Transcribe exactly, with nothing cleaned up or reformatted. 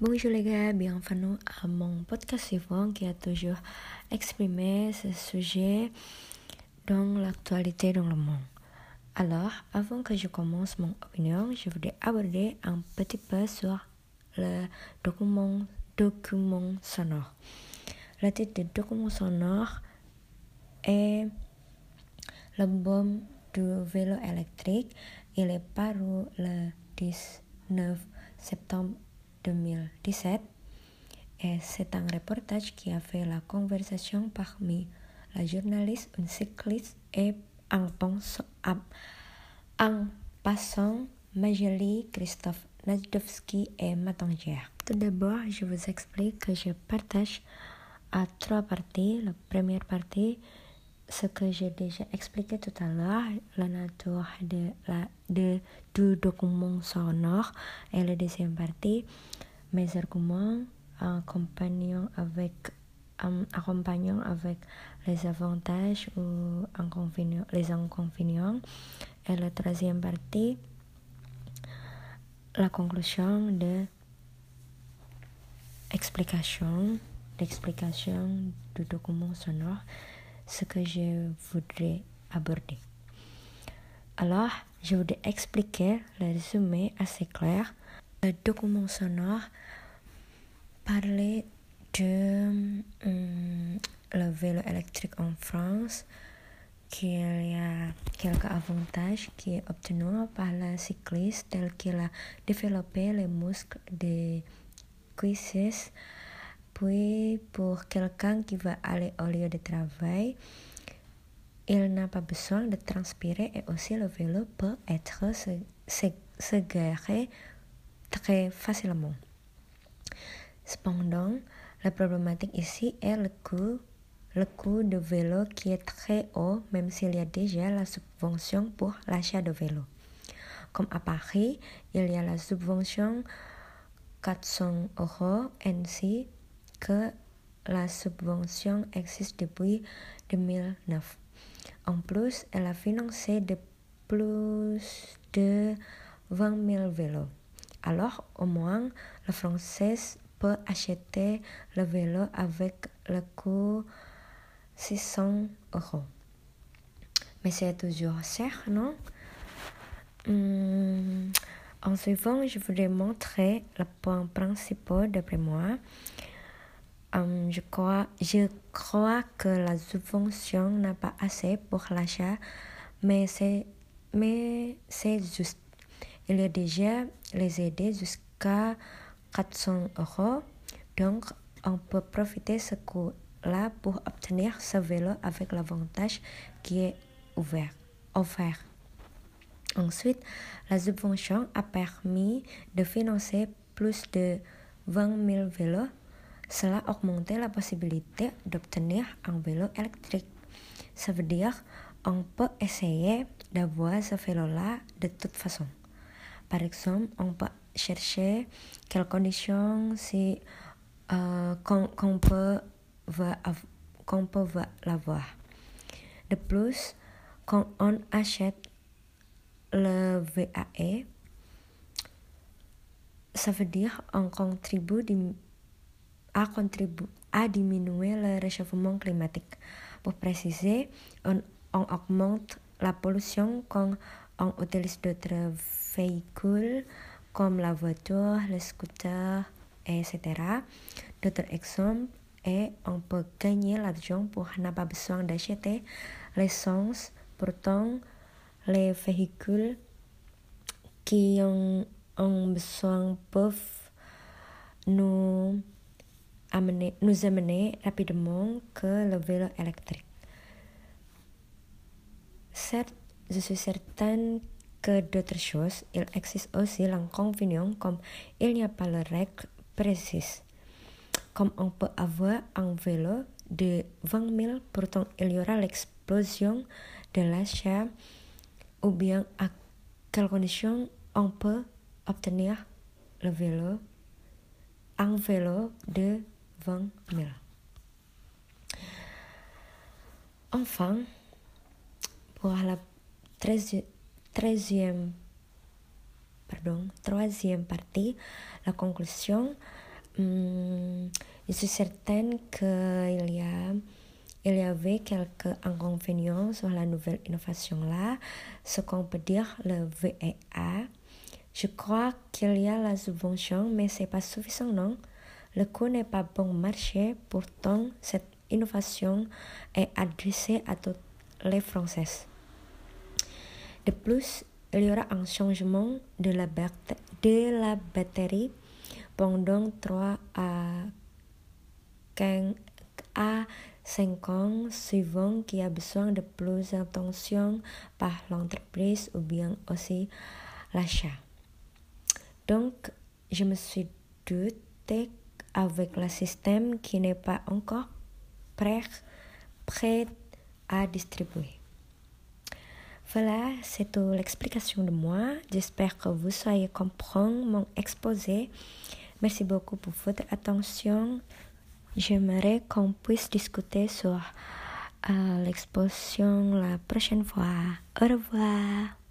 Bonjour les gars, bienvenue à mon podcast suivant qui a toujours exprimé ce sujet dans l'actualité dans le monde. Alors, avant que je commence mon opinion, je voudrais aborder un petit peu sur le document, document sonore. Le titre du document sonore est L'album du vélo électrique. Il est paru le dix-neuf septembre deux mille dix-sept et c'est un reportage qui a fait la conversation parmi la journaliste, une cycliste et un, un passant Magali, Christophe Najdovski et Matangier. Tout d'abord, je vous explique que je partage à trois parties. La première partie, ce que j'ai déjà expliqué tout à l'heure, la nature de la, de, du document sonore, et la deuxième partie, mes arguments accompagnant avec, um, accompagnant avec les avantages ou inconvénients, les inconvénients, et la troisième partie, la conclusion de explication, l'explication du document sonore, ce que je voudrais aborder. Alors, je voudrais expliquer le résumé assez clair. Le document sonore parlait de um, le vélo électrique en France, qu'il y a quelques avantages qui est obtenu par la cycliste tel qu'il a développé les muscles des cuisses. Puis, pour quelqu'un qui va aller au lieu de travail, il n'a pas besoin de transpirer et aussi le vélo peut être se, se, se garer très facilement. Cependant, la problématique ici est le coût, le coût de vélo qui est très haut, même s'il y a déjà la subvention pour l'achat de vélo. Comme à Paris, il y a la subvention quatre cents euros, ainsi que la subvention existe depuis deux mille neuf. En plus, elle a financé de plus de vingt mille vélos. Alors, au moins, la Française peut acheter le vélo avec le coût six cents euros. Mais c'est toujours cher, non? Hum, en suivant, je voudrais montrer le point principal d'après moi. Um, je, crois, je crois que la subvention n'a pas assez pour l'achat, mais c'est, mais c'est juste. Il y a déjà les aides jusqu'à quatre cents euros, donc on peut profiter de ce coût-là pour obtenir ce vélo avec l'avantage qui est ouvert, offert. Ensuite, la subvention a permis de financer plus de vingt mille vélos. Cela a augmenté la possibilité d'obtenir un vélo électrique. Ça veut dire on peut essayer d'avoir ce vélo-là de toute façon. Par exemple, on peut chercher quelles conditions si, euh, qu'on, qu'on peut, qu'on peut l'avoir. De plus, quand on achète le V A E, ça veut dire on contribue à, contribu- à diminuer le réchauffement climatique. Pour préciser, on, on augmente la pollution quand on utilise d'autres véhicules comme la voiture, le scooter, et cetera. D'autres exemples, et on peut gagner l'argent pour n'a pas besoin d'acheter l'essence. Pourtant, les véhicules qui ont, ont besoin peuvent nous amener, nous amener rapidement que le vélo électrique. Certes, je suis certaine que d'autres choses, il existe aussi l'inconvénient comme il n'y a pas de règles précises. Comme on peut avoir un vélo de vingt mille, pourtant il y aura l'explosion de l'achat, ou bien à quelles conditions on peut obtenir le vélo, un vélo de vingt mille. Enfin, pour la treizième, pardon, troisième partie, la conclusion, hum, je suis certaine qu'il y a, il y avait quelques inconvénients sur la nouvelle innovation-là, ce qu'on peut dire le V E A. Je crois qu'il y a la subvention, mais c'est pas suffisant, non? Le coût n'est pas bon marché, pourtant cette innovation est adressée à toutes les Françaises. De plus, il y aura un changement de la, bat- de la batterie pendant trois à cinq ans suivants qui a besoin de plus d'attention par l'entreprise ou bien aussi l'achat. Donc, je me suis doutée avec le système qui n'est pas encore prêt, prêt à distribuer. Voilà, c'est toute l'explication de moi. J'espère que vous soyez comprendre mon exposé. Merci beaucoup pour votre attention. J'aimerais qu'on puisse discuter sur euh, l'exposition la prochaine fois. Au revoir.